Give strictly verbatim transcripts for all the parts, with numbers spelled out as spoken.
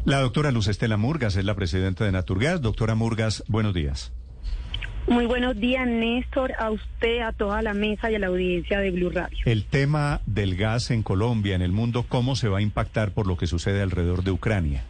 La doctora Luz Estela Murgas es la presidenta de Naturgas. Doctora Murgas, buenos días. Muy buenos días, Néstor, a usted, a toda la mesa y a la audiencia de Blue Radio. El tema del gas en Colombia, en el mundo, ¿cómo se va a impactar por lo que sucede alrededor de Ucrania?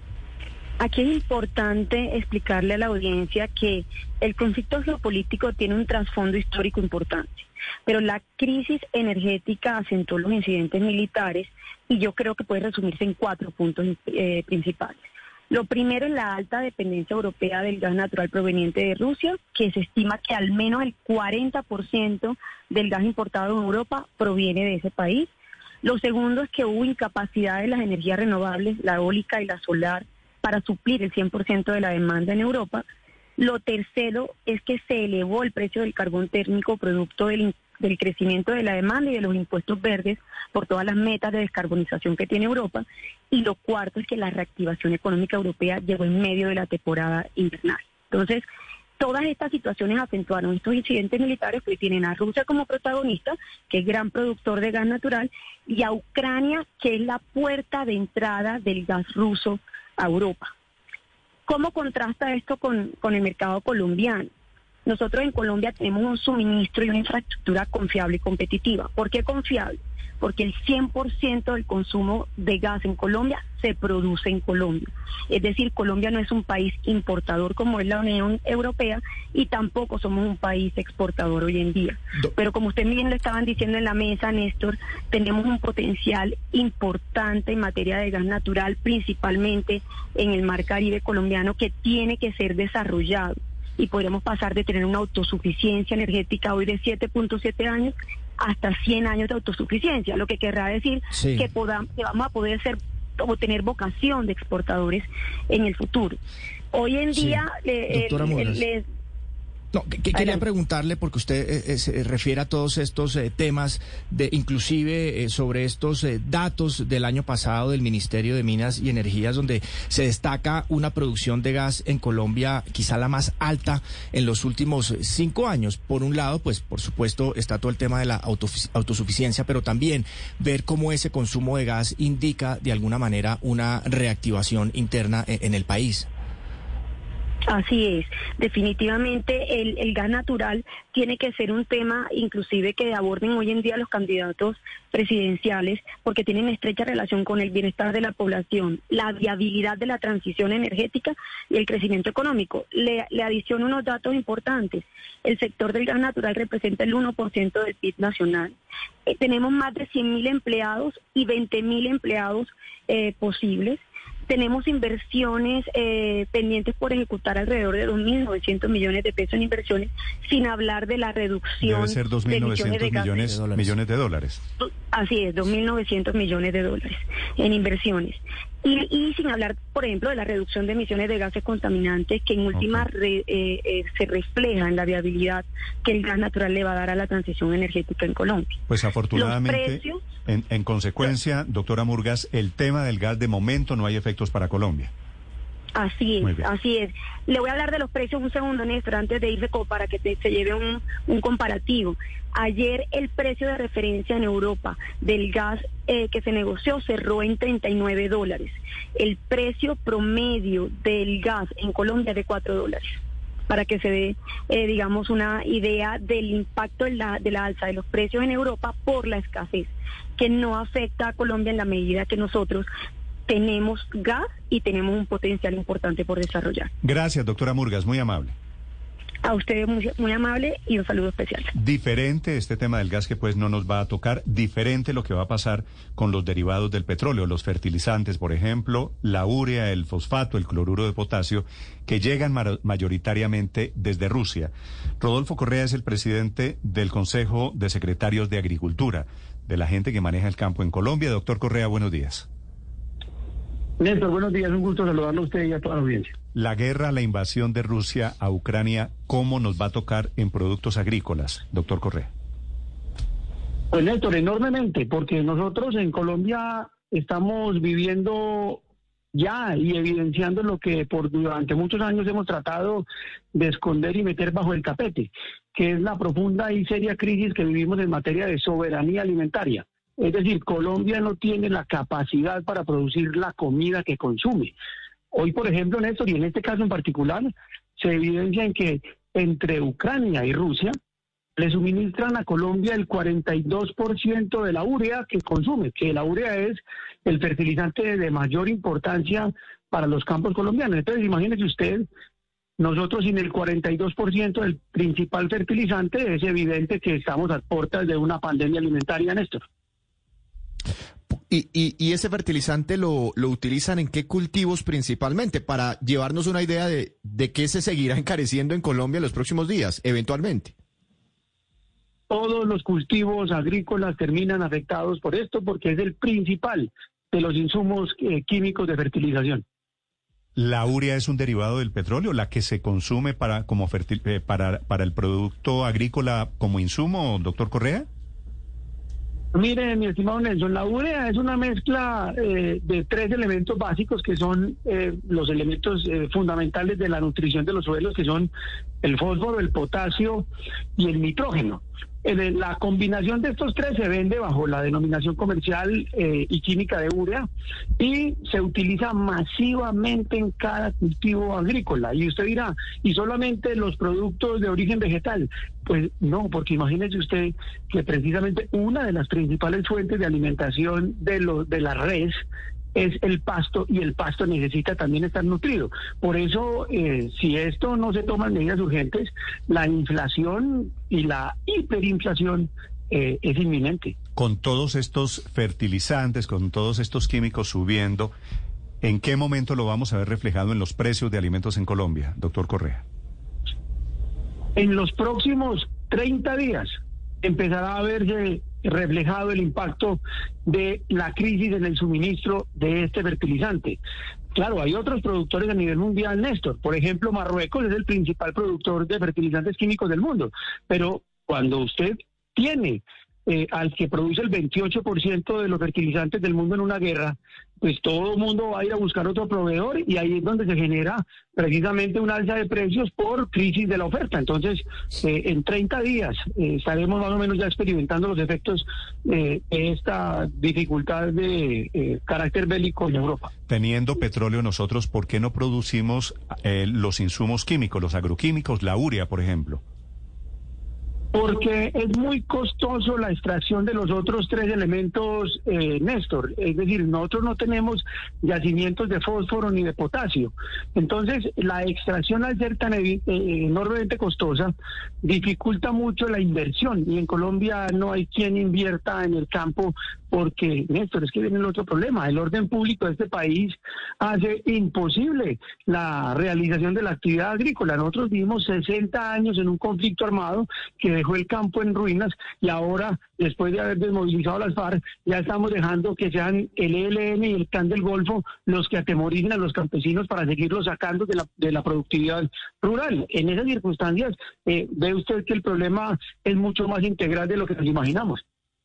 Aquí es importante explicarle a la audiencia que el conflicto geopolítico tiene un trasfondo histórico importante, pero la crisis energética acentuó los incidentes militares y yo creo que puede resumirse en cuatro puntos eh, principales. Lo primero es la alta dependencia europea del gas natural proveniente de Rusia, que se estima que al menos el cuarenta por ciento del gas importado en Europa proviene de ese país. Lo segundo es que hubo incapacidad de las energías renovables, la eólica y la solar, para suplir el cien por ciento de la demanda en Europa. Lo tercero es que se elevó el precio del carbón térmico producto del, del crecimiento de la demanda y de los impuestos verdes por todas las metas de descarbonización que tiene Europa. Y lo cuarto es que la reactivación económica europea llegó en medio de la temporada invernal. Entonces, todas estas situaciones acentuaron estos incidentes militares que tienen a Rusia como protagonista, que es gran productor de gas natural, y a Ucrania, que es la puerta de entrada del gas ruso a Europa. ¿Cómo contrasta esto con, con el mercado colombiano? Nosotros en Colombia tenemos un suministro y una infraestructura confiable y competitiva. ¿Por qué confiable? Porque el cien por ciento del consumo de gas en Colombia se produce en Colombia. Es decir, Colombia no es un país importador como es la Unión Europea y tampoco somos un país exportador hoy en día. Pero como usted bien lo estaban diciendo en la mesa, Néstor, tenemos un potencial importante en materia de gas natural, principalmente en el mar Caribe colombiano, que tiene que ser desarrollado. Y podríamos pasar de tener una autosuficiencia energética hoy de siete punto siete años hasta cien años de autosuficiencia, lo que querrá decir sí. que, podamos, que vamos a poder ser o tener vocación de exportadores en el futuro. Hoy en sí. día eh, Doctora el, el, el, No, que, que quería preguntarle, porque usted eh, se refiere a todos estos eh, temas, de inclusive eh, sobre estos eh, datos del año pasado del Ministerio de Minas y Energías, donde se destaca una producción de gas en Colombia quizá la más alta en los últimos cinco años. Por un lado, pues por supuesto está todo el tema de la autosuficiencia, pero también ver cómo ese consumo de gas indica de alguna manera una reactivación interna en, en el país. Así es, definitivamente el, el gas natural tiene que ser un tema inclusive que aborden hoy en día los candidatos presidenciales porque tienen estrecha relación con el bienestar de la población, la viabilidad de la transición energética y el crecimiento económico. Le, le adiciono unos datos importantes. El sector del gas natural representa el uno por ciento del P I B nacional. Eh, tenemos más de cien mil empleados y veinte mil empleados eh, posibles. Tenemos inversiones eh, pendientes por ejecutar alrededor de dos mil novecientos millones de pesos en inversiones, sin hablar de la reducción Debe ser dos mil novecientos de millones, de millones de dólares. Así es, dos mil novecientos millones de dólares en inversiones. Y, y sin hablar, por ejemplo, de la reducción de emisiones de gases contaminantes, que en última okay. re, eh, eh, se refleja en la viabilidad que el gas natural le va a dar a la transición energética en Colombia. Pues afortunadamente, en, en consecuencia, doctora Murgas, el tema del gas de momento no hay efectos para Colombia. Así es, así es. Le voy a hablar de los precios un segundo, Néstor, antes de irse como para que te, se lleve un, un comparativo. Ayer el precio de referencia en Europa del gas eh, que se negoció cerró en treinta y nueve dólares. El precio promedio del gas en Colombia es de cuatro dólares. Para que se dé, eh, digamos, una idea del impacto de la, de la alza de los precios en Europa por la escasez, que no afecta a Colombia en la medida que nosotros tenemos gas y tenemos un potencial importante por desarrollar. Gracias, doctora Murgas, muy amable. A ustedes muy, muy amable y un saludo especial. Diferente este tema del gas que pues no nos va a tocar, diferente lo que va a pasar con los derivados del petróleo, los fertilizantes, por ejemplo, la urea, el fosfato, el cloruro de potasio, que llegan ma- mayoritariamente desde Rusia. Rodolfo Correa es el presidente del Consejo de Secretarios de Agricultura, de la gente que maneja el campo en Colombia. Doctor Correa, buenos días. Néstor, buenos días, un gusto saludarlo a usted y a toda la audiencia. La guerra, la invasión de Rusia a Ucrania, ¿cómo nos va a tocar en productos agrícolas, doctor Correa? Pues Néstor, enormemente, porque nosotros en Colombia estamos viviendo ya y evidenciando lo que por durante muchos años hemos tratado de esconder y meter bajo el tapete, que es la profunda y seria crisis que vivimos en materia de soberanía alimentaria. Es decir, Colombia no tiene la capacidad para producir la comida que consume. Hoy, por ejemplo, Néstor, y en este caso en particular, se evidencia en que entre Ucrania y Rusia le suministran a Colombia el cuarenta y dos por ciento de la urea que consume, que la urea es el fertilizante de mayor importancia para los campos colombianos. Entonces, imagínese usted, nosotros sin el cuarenta y dos por ciento del principal fertilizante, es evidente que estamos a puertas de una pandemia alimentaria, Néstor. ¿Y, y, y ese fertilizante lo, lo utilizan en qué cultivos principalmente? Para llevarnos una idea de, de qué se seguirá encareciendo en Colombia en los próximos días, eventualmente. Todos los cultivos agrícolas terminan afectados por esto porque es el principal de los insumos eh, químicos de fertilización. ¿La urea es un derivado del petróleo, la que se consume para, como fertil, eh, para, para el producto agrícola como insumo, doctor Correa? Mire, mi estimado Nelson, la urea es una mezcla eh, de tres elementos básicos que son eh, los elementos eh, fundamentales de la nutrición de los suelos, que son el fósforo, el potasio y el nitrógeno. Eh, la combinación de estos tres se vende bajo la denominación comercial eh, y química de urea y se utiliza masivamente en cada cultivo agrícola. Y usted dirá, ¿y solamente los productos de origen vegetal? Pues no, porque imagínese usted que precisamente una de las principales fuentes de alimentación de, lo, de la res es el pasto, y el pasto necesita también estar nutrido. Por eso, eh, si esto no se toman medidas urgentes, la inflación y la hiperinflación eh, es inminente. Con todos estos fertilizantes, con todos estos químicos subiendo, ¿en qué momento lo vamos a ver reflejado en los precios de alimentos en Colombia, doctor Correa? En los próximos treinta días empezará a verse reflejado el impacto de la crisis en el suministro de este fertilizante. Claro, hay otros productores a nivel mundial, Néstor. Por ejemplo, Marruecos es el principal productor de fertilizantes químicos del mundo. Pero cuando usted tiene eh, al que produce el veintiocho por ciento de los fertilizantes del mundo en una guerra, pues todo el mundo va a ir a buscar otro proveedor y ahí es donde se genera precisamente un alza de precios por crisis de la oferta. Entonces, eh, en treinta días eh, estaremos más o menos ya experimentando los efectos eh, de esta dificultad de eh, carácter bélico en Europa. Teniendo petróleo nosotros, ¿por qué no producimos eh, los insumos químicos, los agroquímicos, la urea, por ejemplo? Porque es muy costoso la extracción de los otros tres elementos, eh, Néstor. Es decir, nosotros no tenemos yacimientos de fósforo ni de potasio. Entonces, la extracción, al ser tan eh, enormemente costosa, dificulta mucho la inversión. Y en Colombia no hay quien invierta en el campo porque, Néstor, es que viene el otro problema. El orden público de este país hace imposible la realización de la actividad agrícola. Nosotros vivimos sesenta años en un conflicto armado que dejó el campo en ruinas y ahora, después de haber desmovilizado a las FARC, ya estamos dejando que sean el E L N y el C A N del Golfo los que atemoricen a los campesinos para seguirlos sacando de la, de la productividad rural. En esas circunstancias, eh, ve usted que el problema es mucho más integral de lo que nos imaginamos.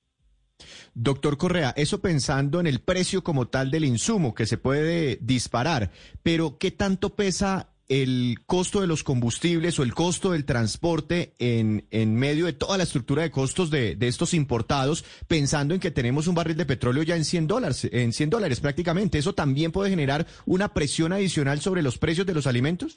Doctor Correa, eso pensando en el precio como tal del insumo que se puede disparar, pero ¿qué tanto pesa el costo de los combustibles o el costo del transporte en, en medio de toda la estructura de costos de, de estos importados, pensando en que tenemos un barril de petróleo ya en cien dólares, en cien dólares prácticamente? ¿Eso también puede generar una presión adicional sobre los precios de los alimentos?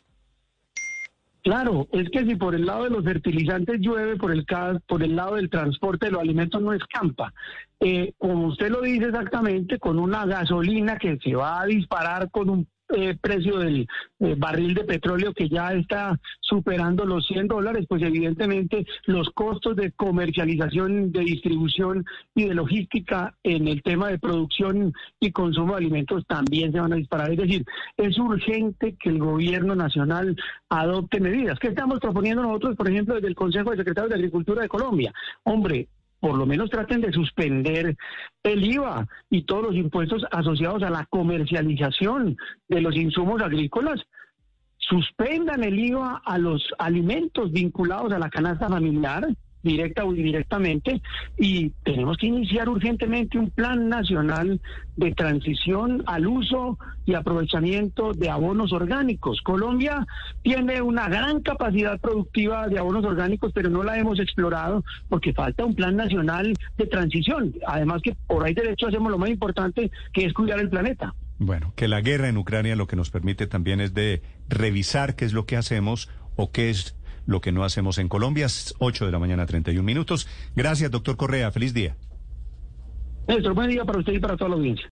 Claro, es que si por el lado de los fertilizantes llueve, por el por el lado del transporte de los alimentos no escampa. Eh, como usted lo dice exactamente, con una gasolina que se va a disparar con un eh, precio del eh, barril de petróleo que ya está superando los cien dólares, pues evidentemente los costos de comercialización, de distribución y de logística en el tema de producción y consumo de alimentos también se van a disparar. Es decir, es urgente que el gobierno nacional adopte medidas. ¿Qué estamos proponiendo nosotros, por ejemplo, desde el Consejo de Secretarios de Agricultura de Colombia? Hombre, por lo menos traten de suspender el I V A y todos los impuestos asociados a la comercialización de los insumos agrícolas. Suspendan el I V A a los alimentos vinculados a la canasta familiar directa o indirectamente, y tenemos que iniciar urgentemente un plan nacional de transición al uso y aprovechamiento de abonos orgánicos. Colombia tiene una gran capacidad productiva de abonos orgánicos, pero no la hemos explorado porque falta un plan nacional de transición. Además que por ahí derecho hacemos lo más importante, que es cuidar el planeta. Bueno, que la guerra en Ucrania lo que nos permite también es de revisar qué es lo que hacemos o qué es lo que no hacemos en Colombia. ocho de la mañana, treinta y un minutos. Gracias, doctor Correa. Feliz día. Néstor, buen día para usted y para toda la audiencia.